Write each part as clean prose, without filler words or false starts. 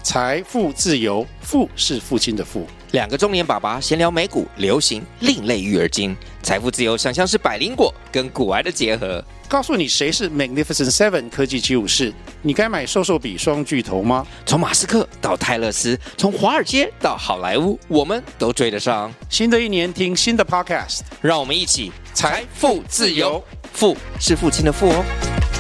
财富自由，富是父亲的富。 两个中年爸爸闲聊美股、流行、另类育儿经。财富自由想象是百灵果跟股癌的结合。 告诉你谁是 Magnificent Seven 科技75士，你该买瘦瘦比双巨头吗？ 从马斯克到泰勒斯，从华尔街到好莱坞，我们都追得上。 新的一年听新的 Podcast， 让我们一起财富自由， 富是父亲的富哦。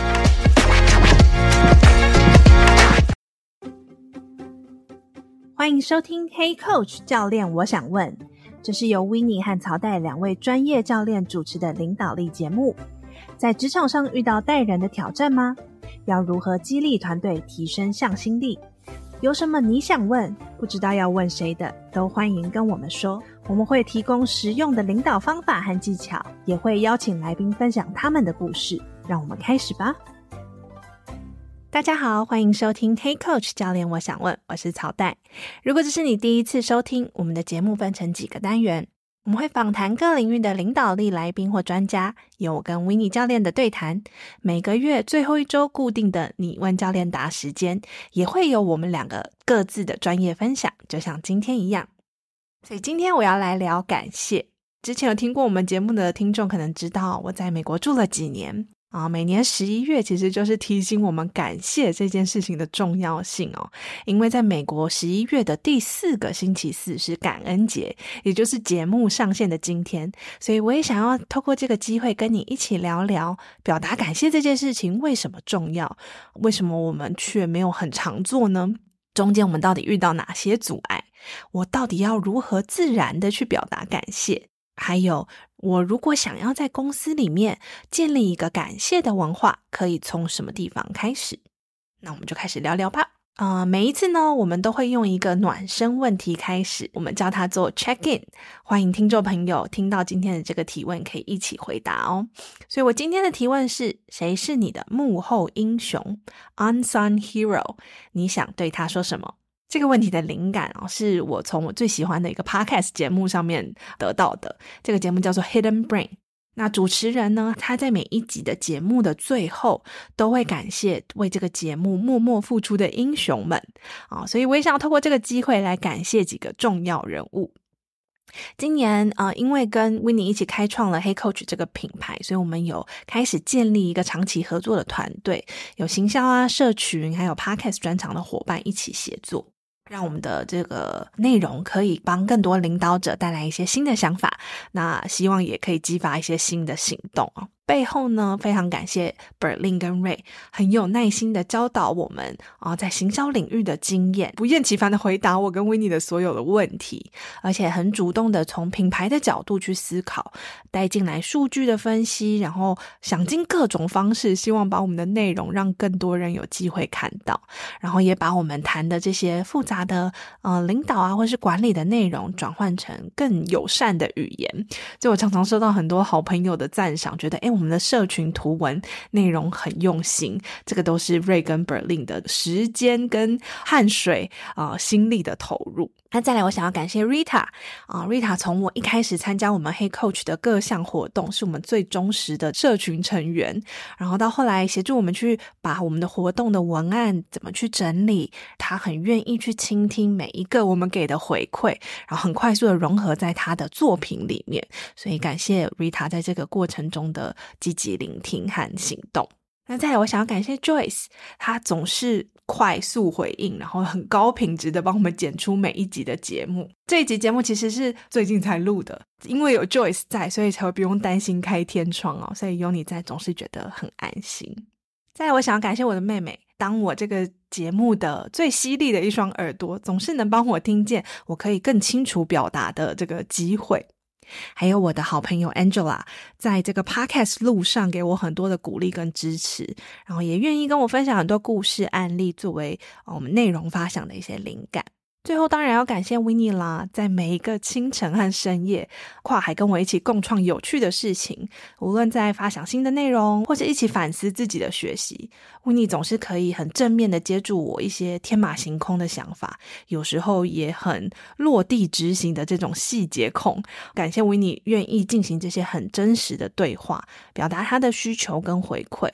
欢迎收听 Hey Coach 教练我想问，这是由 Winnie 和曹代两位专业教练主持的领导力节目。在职场上遇到带人的挑战吗？要如何激励团队提升向心力？有什么你想问不知道要问谁的，都欢迎跟我们说，我们会提供实用的领导方法和技巧，也会邀请来宾分享他们的故事。让我们开始吧。大家好，欢迎收听 Hey Coach 教练我想问，我是曹代。如果这是你第一次收听，我们的节目分成几个单元，我们会访谈各领域的领导力来宾或专家，有我跟 Winnie 教练的对谈，每个月最后一周固定的你问教练答时间，也会有我们两个各自的专业分享，就像今天一样。所以今天我要来聊感谢。之前有听过我们节目的听众可能知道，我在美国住了几年每年11月其实就是提醒我们感谢这件事情的重要性因为在美国11月的第4个星期四是感恩节，也就是节目上线的今天，所以我也想要透过这个机会跟你一起聊聊表达感谢这件事情为什么重要，为什么我们却没有很常做呢？中间我们到底遇到哪些阻碍？我到底要如何自然的去表达感谢？还有我如果想要在公司里面建立一个感谢的文化，可以从什么地方开始？那我们就开始聊聊吧。每一次呢，我们都会用一个暖身问题开始，我们叫它做 check in， 欢迎听众朋友听到今天的这个提问可以一起回答哦。所以我今天的提问是，谁是你的幕后英雄 unsung hero？ 你想对他说什么？这个问题的灵感是我从我最喜欢的一个 podcast 节目上面得到的。这个节目叫做 Hidden Brain。那主持人呢，他在每一集的节目的最后都会感谢为这个节目默默付出的英雄们所以我也想要透过这个机会来感谢几个重要人物。今年因为跟 Winnie 一起开创了 Hey Coach 这个品牌，所以我们有开始建立一个长期合作的团队，有行销社群还有 podcast 专长的伙伴一起协作，让我们的这个内容可以帮更多领导者带来一些新的想法，那希望也可以激发一些新的行动背后呢，非常感谢 Berlin 跟 Ray 很有耐心的教导我们在行销领域的经验，不厌其烦的回答我跟 Winnie 的所有的问题，而且很主动的从品牌的角度去思考，带进来数据的分析，然后想尽各种方式，希望把我们的内容让更多人有机会看到，然后也把我们谈的这些复杂的领导或是管理的内容转换成更友善的语言。就我常常收到很多好朋友的赞赏，觉得我们的社群图文内容很用心，这个都是 Ray 跟 Berlin 的时间跟汗水心力的投入。那再来我想要感谢 Rita 从我一开始参加我们 Hey Coach 的各项活动是我们最忠实的社群成员，然后到后来协助我们去把我们的活动的文案怎么去整理，他很愿意去倾听每一个我们给的回馈，然后很快速的融合在他的作品里面，所以感谢 Rita 在这个过程中的积极聆听和行动。那再来我想要感谢 Joyce， 她总是快速回应，然后很高品质的帮我们剪出每一集的节目。这一集节目其实是最近才录的，因为有 Joyce 在，所以才会不用担心开天窗所以有你在总是觉得很安心。再来我想要感谢我的妹妹，当我这个节目的最犀利的一双耳朵，总是能帮我听见我可以更清楚表达的这个机会。还有我的好朋友 Angela， 在这个 podcast 路上给我很多的鼓励跟支持，然后也愿意跟我分享很多故事案例作为我们内容发想的一些灵感。最后当然要感谢 Winnie 啦，在每一个清晨和深夜跨海跟我一起共创有趣的事情，无论在发想新的内容或者一起反思自己的学习， Winnie 总是可以很正面的接住我一些天马行空的想法，有时候也很落地执行的这种细节控。感谢 Winnie 愿意进行这些很真实的对话，表达他的需求跟回馈，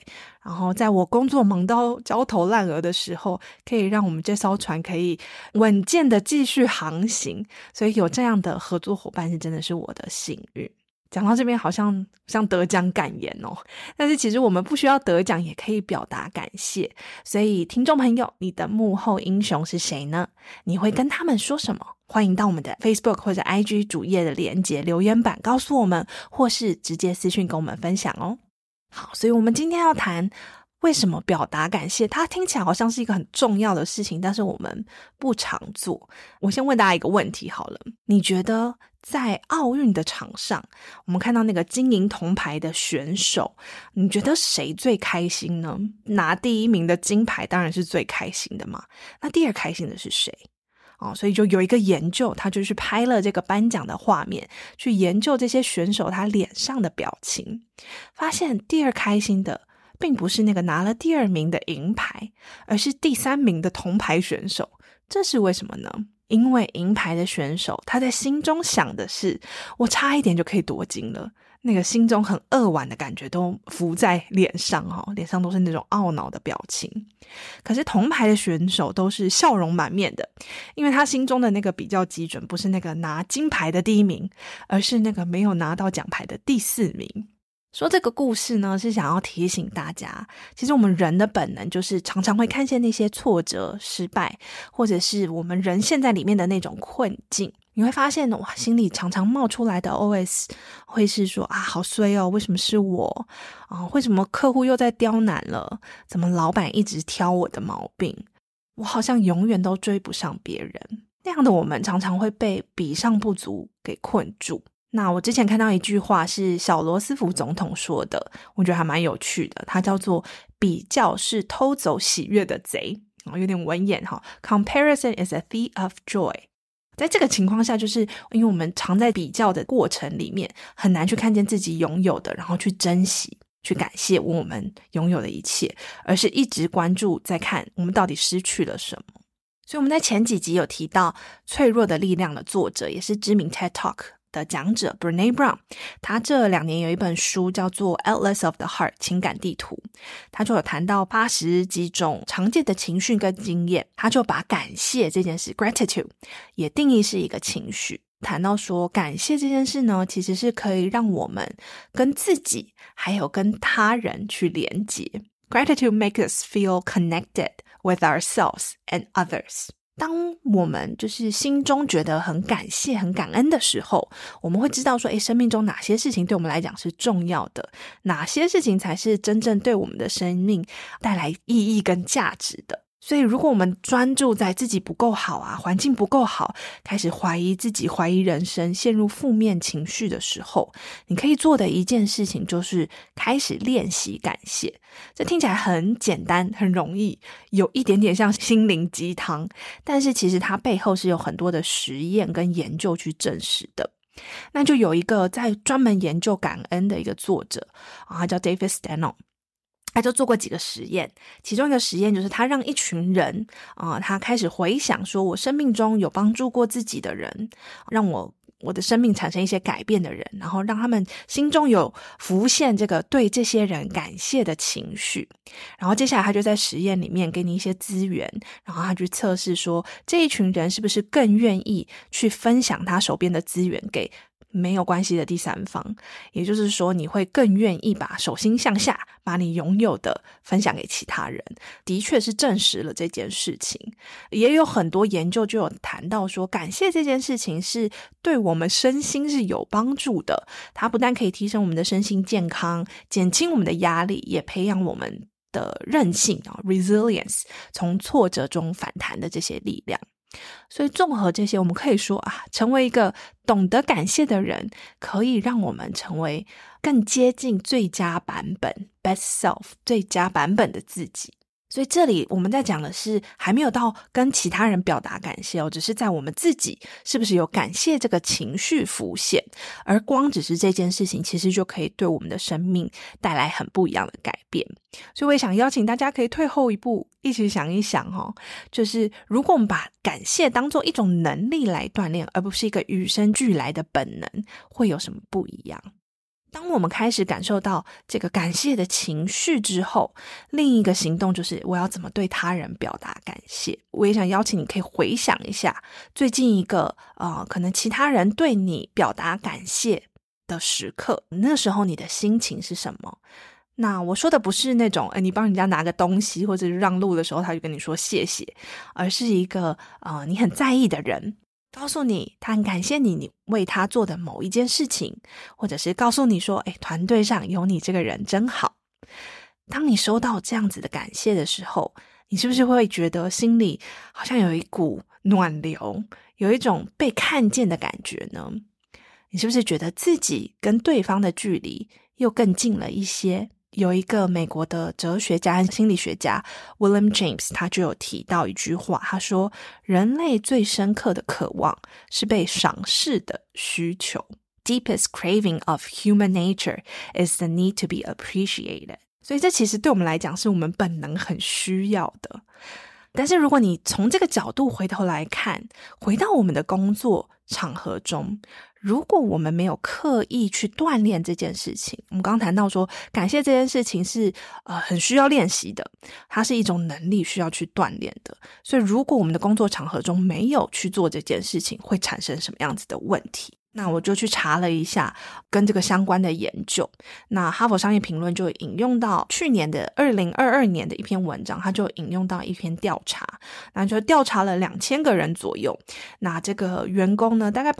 然后在我工作忙到焦头烂额的时候，可以让我们这艘船可以稳健的继续航行，所以有这样的合作伙伴是真的是我的幸运。讲到这边好像得奖感言哦，但是其实我们不需要得奖也可以表达感谢。所以听众朋友，你的幕后英雄是谁呢？你会跟他们说什么？欢迎到我们的 Facebook 或者 IG 主页的连结留言板告诉我们，或是直接私讯跟我们分享哦。好，所以我们今天要谈为什么表达感谢，它听起来好像是一个很重要的事情，但是我们不常做。我先问大家一个问题好了，你觉得在奥运的场上，我们看到那个金银铜牌的选手，你觉得谁最开心呢？拿第一名的金牌当然是最开心的嘛，那第二开心的是谁？所以就有一个研究，他就去拍了这个颁奖的画面，去研究这些选手他脸上的表情，发现第二开心的并不是那个拿了第二名的银牌，而是第三名的铜牌选手。这是为什么呢？因为银牌的选手他在心中想的是，我差一点就可以夺金了，那个心中很扼腕的感觉都浮在脸上，脸上都是那种懊恼的表情。可是铜牌的选手都是笑容满面的，因为他心中的那个比较基准不是那个拿金牌的第一名，而是那个没有拿到奖牌的第四名。说这个故事呢，是想要提醒大家，其实我们人的本能就是常常会看见那些挫折、失败，或者是我们人陷在里面的那种困境。你会发现哇，心里常常冒出来的 OS 会是说好衰哦，为什么是我为什么客户又在刁难了？怎么老板一直挑我的毛病？我好像永远都追不上别人。那样的我们常常会被比上不足给困住。那我之前看到一句话是小罗斯福总统说的，我觉得还蛮有趣的，它叫做比较是偷走喜悦的贼，有点文言Comparison is a thief of joy。 在这个情况下，就是因为我们常在比较的过程里面很难去看见自己拥有的，然后去珍惜去感谢我们拥有的一切，而是一直关注在看我们到底失去了什么。所以我们在前几集有提到脆弱的力量的作者，也是知名 TED Talk的讲者 Brené Brown， 他这2年有一本书叫做 Atlas of the Heart 情感地图，他就有谈到80几种常见的情绪跟经验，他就把感谢这件事 Gratitude 也定义是一个情绪，谈到说感谢这件事呢，其实是可以让我们跟自己还有跟他人去连结。 Gratitude makes us feel connected with ourselves and others。当我们就是心中觉得很感谢很感恩的时候，我们会知道说生命中哪些事情对我们来讲是重要的，哪些事情才是真正对我们的生命带来意义跟价值的。所以如果我们专注在自己不够好环境不够好，开始怀疑自己怀疑人生，陷入负面情绪的时候，你可以做的一件事情就是开始练习感谢。这听起来很简单很容易，有一点点像心灵鸡汤，但是其实它背后是有很多的实验跟研究去证实的。那就有一个在专门研究感恩的一个作者他叫 David Steno，他就做过几个实验，其中一个实验就是他让一群人他开始回想说我生命中有帮助过自己的人，让我的生命产生一些改变的人，然后让他们心中有浮现这个对这些人感谢的情绪。然后接下来他就在实验里面给你一些资源，然后他去测试说这一群人是不是更愿意去分享他手边的资源给没有关系的第三方，也就是说你会更愿意把手心向下，把你拥有的分享给其他人。的确是证实了这件事情，也有很多研究就有谈到说感谢这件事情是对我们身心是有帮助的，它不但可以提升我们的身心健康，减轻我们的压力，也培养我们的韧性resilience， 从挫折中反弹的这些力量。所以综合这些，我们可以说成为一个懂得感谢的人，可以让我们成为更接近最佳版本 best self 最佳版本的自己。所以这里我们在讲的是还没有到跟其他人表达感谢只是在我们自己是不是有感谢这个情绪浮现，而光只是这件事情其实就可以对我们的生命带来很不一样的改变。所以我也想邀请大家可以退后一步，一起想一想就是如果我们把感谢当作一种能力来锻炼，而不是一个与生俱来的本能，会有什么不一样？ 当我们开始感受到这个感谢的情绪之后，另一个行动就是我要怎么对他人表达感谢。我也想邀请你可以回想一下最近一个可能其他人对你表达感谢的时刻，那时候你的心情是什么？那我说的不是那种你帮人家拿个东西或者是让路的时候他就跟你说谢谢，而是一个你很在意的人告诉你他很感谢你为他做的某一件事情，或者是告诉你说团队上有你这个人真好。当你收到这样子的感谢的时候，你是不是会觉得心里好像有一股暖流，有一种被看见的感觉呢？你是不是觉得自己跟对方的距离又更近了一些？有一个美国的哲学家和心理学家 William James 他就有提到一句话，他说人类最深刻的渴望是被赏识的需求。 Deepest craving of human nature is the need to be appreciated。 所以这其实对我们来讲是我们本能很需要的。但是如果你从这个角度回头来看，回到我们的工作场合中，如果我们没有刻意去锻炼这件事情，我们刚刚谈到说感谢这件事情是很需要练习的，它是一种能力需要去锻炼的。所以如果我们的工作场合中没有去做这件事情，会产生什么样子的问题？那我就去查了一下跟这个相关的研究。那哈佛商业评论就引用到去年的2022年的一篇文章，他就引用到一篇调查，那就调查了2000个人左右。那这个员工呢，大概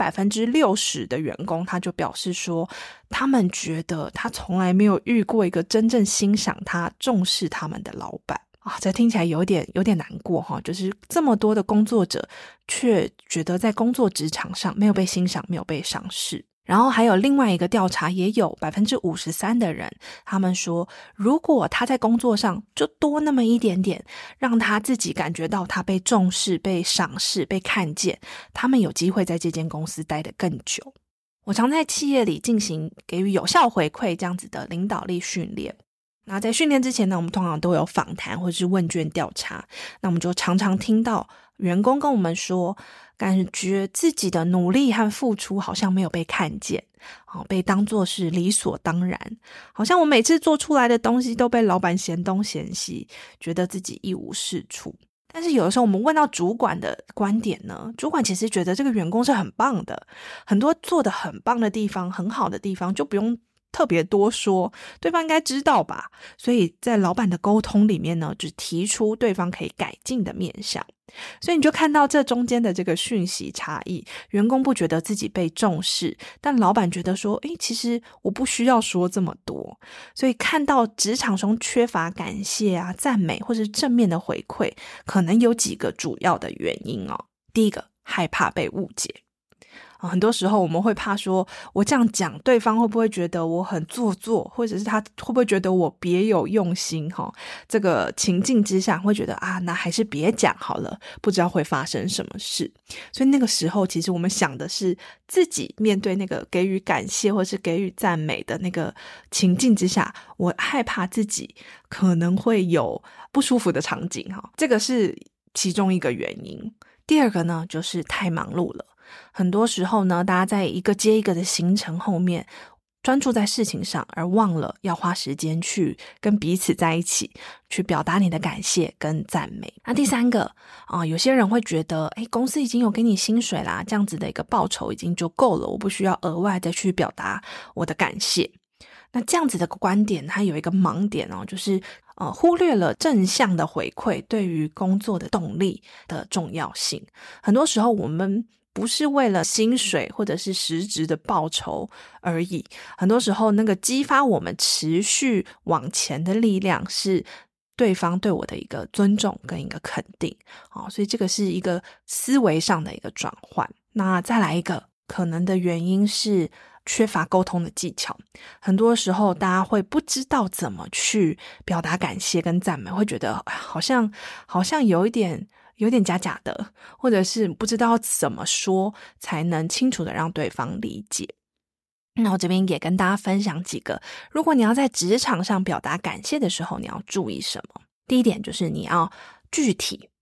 60%的员工他就表示说，他们觉得他从来没有遇过一个真正欣赏他、重视他们的老板。这听起来有点难过哈，就是这么多的工作者却觉得在工作职场上没有被欣赏，没有被赏识。然后还有另外一个调查，也有 53% 的人他们说，如果他在工作上就多那么一点点，让他自己感觉到他被重视、被赏识、被看见，他们有机会在这间公司待得更久。我常在企业里进行给予有效回馈这样子的领导力训练。那在训练之前呢，我们通常都有访谈或是问卷调查。那我们就常常听到员工跟我们说，感觉自己的努力和付出好像没有被看见，被当作是理所当然，好像我每次做出来的东西都被老板嫌东嫌西，觉得自己一无是处。但是有的时候我们问到主管的观点呢，主管其实觉得这个员工是很棒的，很多做得很棒的地方、很好的地方就不用特别多说，对方应该知道吧。所以在老板的沟通里面呢，只提出对方可以改进的面向。所以你就看到这中间的这个讯息差异，员工不觉得自己被重视，但老板觉得说其实我不需要说这么多。所以看到职场中缺乏感谢啊、赞美或是正面的回馈，可能有几个主要的原因哦。第一个，害怕被误解。很多时候我们会怕说，我这样讲对方会不会觉得我很做作，或者是他会不会觉得我别有用心。这个情境之下会觉得那还是别讲好了，不知道会发生什么事。所以那个时候其实我们想的是自己面对那个给予感谢或是给予赞美的那个情境之下，我害怕自己可能会有不舒服的场景。这个是其中一个原因。第二个呢，就是太忙碌了。很多时候呢，大家在一个接一个的行程后面专注在事情上，而忘了要花时间去跟彼此在一起，去表达你的感谢跟赞美。那第三个有些人会觉得公司已经有给你薪水啦，这样子的一个报酬已经就够了，我不需要额外再去表达我的感谢。那这样子的观点它有一个盲点就是忽略了正向的回馈对于工作的动力的重要性。很多时候我们不是为了薪水或者是实质的报酬而已，很多时候那个激发我们持续往前的力量是对方对我的一个尊重跟一个肯定。所以这个是一个思维上的一个转换。那再来一个可能的原因是缺乏沟通的技巧。很多时候大家会不知道怎么去表达感谢跟赞美，会觉得好像有点假假的，或者是不知道怎么说才能清楚的让对方理解。那我这边也跟大家分享几个，如果你要在职场上表达感谢的时候，你要注意什么。第一点就是你要具体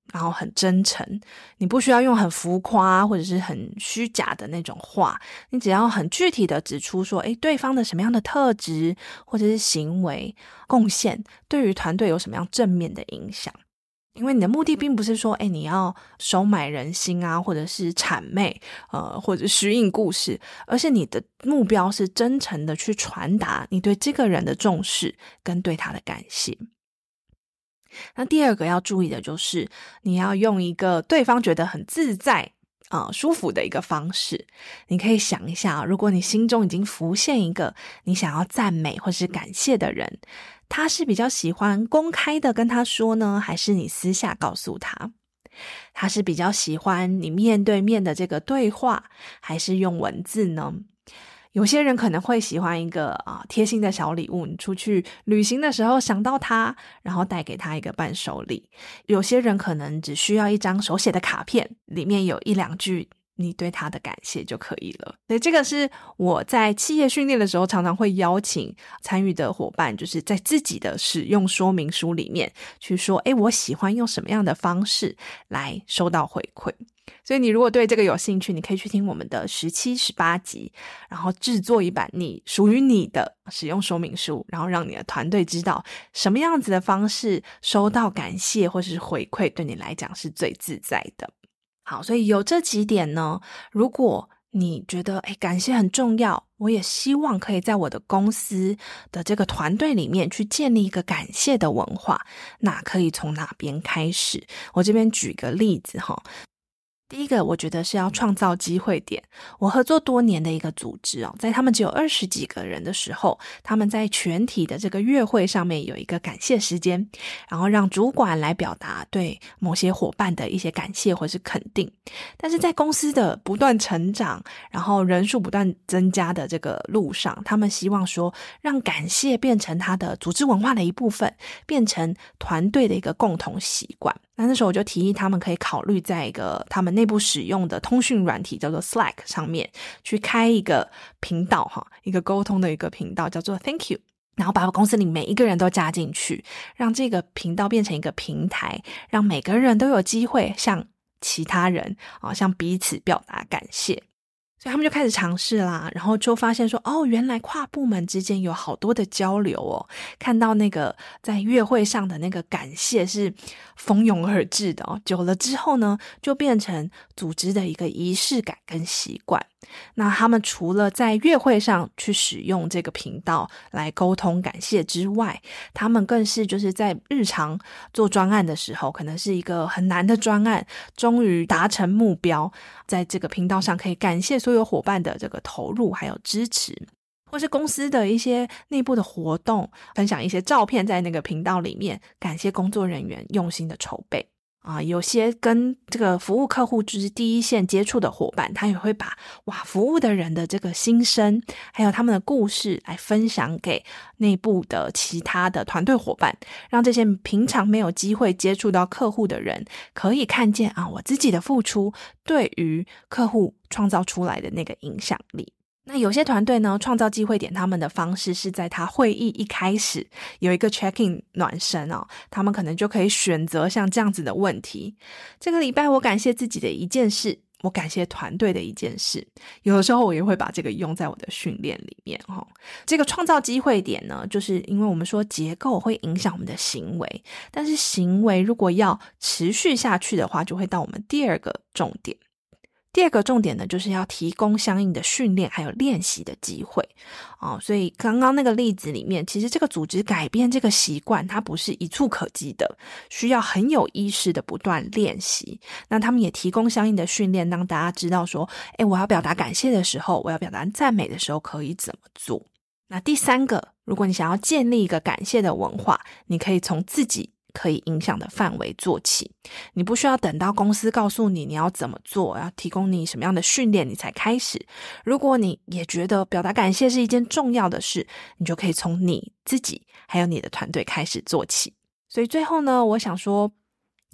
然后很真诚，你不需要用很浮夸或者是很虚假的那种话，你只要很具体的指出说，对方的什么样的特质或者是行为贡献对于团队有什么样正面的影响。因为你的目的并不是说你要收买人心啊，或者是谄媚或者虚应故事，而是你的目标是真诚的去传达你对这个人的重视跟对他的感谢。那第二个要注意的就是你要用一个对方觉得很自在舒服的一个方式。你可以想一下，如果你心中已经浮现一个你想要赞美或是感谢的人，他是比较喜欢公开的跟他说呢，还是你私下告诉他？他是比较喜欢你面对面的这个对话，还是用文字呢？有些人可能会喜欢一个贴心的小礼物，你出去旅行的时候想到他，然后带给他一个伴手礼。有些人可能只需要一张手写的卡片，里面有1-2句你对他的感谢就可以了。所以这个是我在企业训练的时候常常会邀请参与的伙伴，就是在自己的使用说明书里面去说我喜欢用什么样的方式来收到回馈。所以你如果对这个有兴趣，你可以去听我们的17、18集，然后制作一版属于你的使用说明书，然后让你的团队知道什么样子的方式收到感谢或是回馈对你来讲是最自在的。好，所以有这几点呢，如果你觉得感谢很重要，我也希望可以在我的公司的这个团队里面去建立一个感谢的文化，那可以从哪边开始？我这边举个例子哈。第一个我觉得是要创造机会点。我合作多年的一个组织在他们只有20几个人的时候，他们在全体的这个月会上面有一个感谢时间，然后让主管来表达对某些伙伴的一些感谢或是肯定。但是在公司的不断成长，然后人数不断增加的这个路上，他们希望说让感谢变成他的组织文化的一部分，变成团队的一个共同习惯。那时候我就提议他们可以考虑在一个他们内部使用的通讯软体叫做 Slack 上面去开一个频道一个沟通的一个频道叫做 Thank You， 然后把公司里每一个人都加进去，让这个频道变成一个平台，让每个人都有机会向其他人向彼此表达感谢。所以他们就开始尝试啦，然后就发现说原来跨部门之间有好多的交流看到那个在月会上的那个感谢是蜂拥而至的久了之后呢，就变成组织的一个仪式感跟习惯。那他们除了在月会上去使用这个频道来沟通感谢之外，他们更是就是在日常做专案的时候，可能是一个很难的专案，终于达成目标，在这个频道上可以感谢所有伙伴的这个投入还有支持，或是公司的一些内部的活动，分享一些照片在那个频道里面，感谢工作人员用心的筹备有些跟这个服务客户就是第一线接触的伙伴，他也会把服务的人的这个心声还有他们的故事来分享给内部的其他的团队伙伴，让这些平常没有机会接触到客户的人可以看见我自己的付出对于客户创造出来的那个影响力。那有些团队呢，创造机会点他们的方式是在他会议一开始有一个 check-in 暖身他们可能就可以选择像这样子的问题：这个礼拜我感谢自己的一件事，我感谢团队的一件事。有的时候我也会把这个用在我的训练里面这个创造机会点呢，就是因为我们说结构会影响我们的行为，但是行为如果要持续下去的话，就会到我们第二个重点。第二个重点呢，就是要提供相应的训练还有练习的机会所以刚刚那个例子里面，其实这个组织改变这个习惯它不是一触可及的，需要很有意识的不断练习。那他们也提供相应的训练，让大家知道说我要表达感谢的时候，我要表达赞美的时候可以怎么做。那第三个，如果你想要建立一个感谢的文化，你可以从自己可以影响的范围做起，你不需要等到公司告诉你要怎么做，要提供你什么样的训练你才开始。如果你也觉得表达感谢是一件重要的事，你就可以从你自己还有你的团队开始做起。所以最后呢，我想说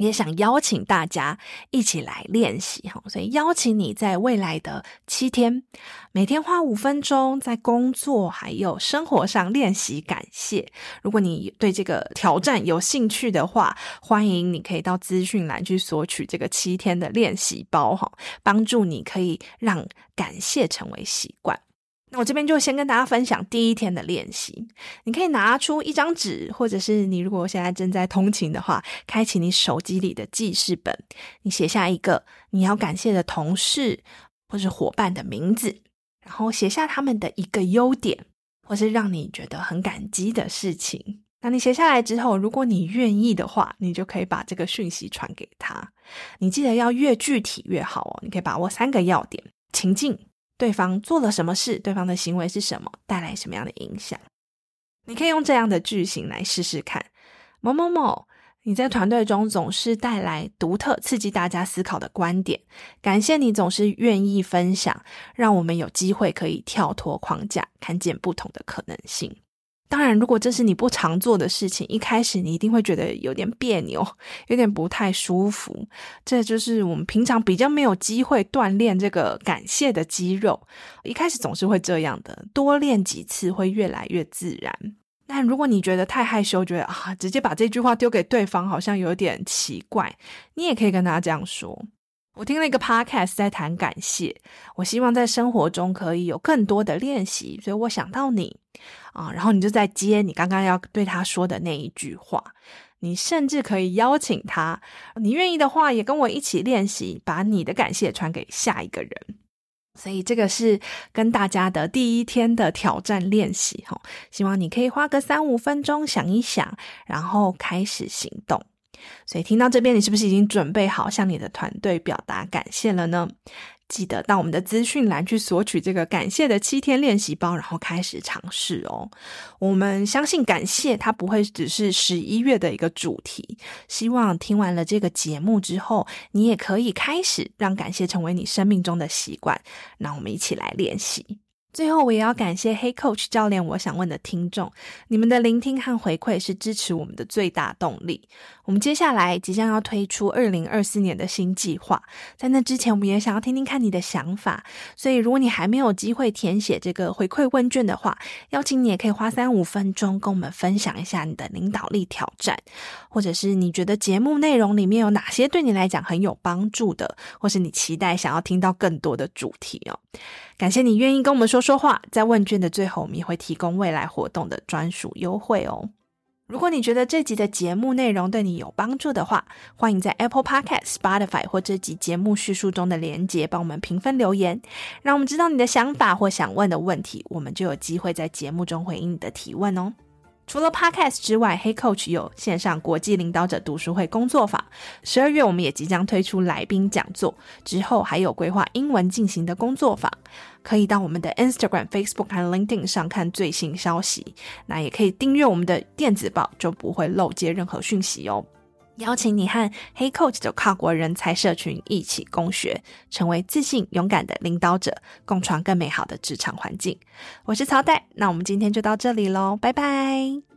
也想邀请大家一起来练习，所以邀请你在未来的7天，每天花5分钟在工作还有生活上练习感谢。如果你对这个挑战有兴趣的话，欢迎你可以到资讯栏去索取这个7天的练习包，帮助你可以让感谢成为习惯。那我这边就先跟大家分享第1天的练习。你可以拿出一张纸，或者是你如果现在正在通勤的话，开启你手机里的记事本，你写下一个你要感谢的同事或是伙伴的名字，然后写下他们的一个优点，或是让你觉得很感激的事情。那你写下来之后，如果你愿意的话，你就可以把这个讯息传给他。你记得要越具体越好你可以把握3个要点：情境，对方做了什么事，对方的行为是什么，带来什么样的影响。你可以用这样的句型来试试看。某某某，你在团队中总是带来独特刺激大家思考的观点，感谢你总是愿意分享，让我们有机会可以跳脱框架，看见不同的可能性。当然，如果这是你不常做的事情，一开始你一定会觉得有点别扭，有点不太舒服。这就是我们平常比较没有机会锻炼这个感谢的肌肉，一开始总是会这样的，多练几次会越来越自然。但如果你觉得太害羞，觉得直接把这句话丢给对方好像有点奇怪，你也可以跟他这样说：我听了一个 podcast 在谈感谢，我希望在生活中可以有更多的练习，所以我想到你然后你就再接你刚刚要对他说的那一句话。你甚至可以邀请他，你愿意的话也跟我一起练习，把你的感谢传给下一个人。所以这个是跟大家的第1天的挑战练习，希望你可以花个3-5分钟想一想，然后开始行动。所以听到这边，你是不是已经准备好向你的团队表达感谢了呢？记得到我们的资讯栏去索取这个感谢的7天练习包，然后开始尝试我们相信感谢它不会只是11月的一个主题，希望听完了这个节目之后，你也可以开始让感谢成为你生命中的习惯。那我们一起来练习。最后我也要感谢 Hey Coach 教练我想问的听众，你们的聆听和回馈是支持我们的最大动力。我们接下来即将要推出2024年的新计划，在那之前我们也想要听听看你的想法，所以如果你还没有机会填写这个回馈问卷的话，邀请你也可以花3-5分钟跟我们分享一下你的领导力挑战，或者是你觉得节目内容里面有哪些对你来讲很有帮助的，或是你期待想要听到更多的主题感谢你愿意跟我们说话，在问卷的最后我们也会提供未来活动的专属优惠如果你觉得这集的节目内容对你有帮助的话，欢迎在 Apple Podcast、Spotify 或这集节目叙述中的连结帮我们评分留言，让我们知道你的想法或想问的问题，我们就有机会在节目中回应你的提问除了 Podcast 之外， Hey Coach 有线上国际领导者读书会工作坊，12月我们也即将推出来宾讲座，之后还有规划英文进行的工作坊，可以到我们的 Instagram、Facebook 和 LinkedIn 上看最新消息，那也可以订阅我们的电子报，就不会漏接任何讯息邀请你和 Hey Coach 的跨国人才社群一起共学，成为自信勇敢的领导者，共创更美好的职场环境。我是曹代，那我们今天就到这里咯，拜拜。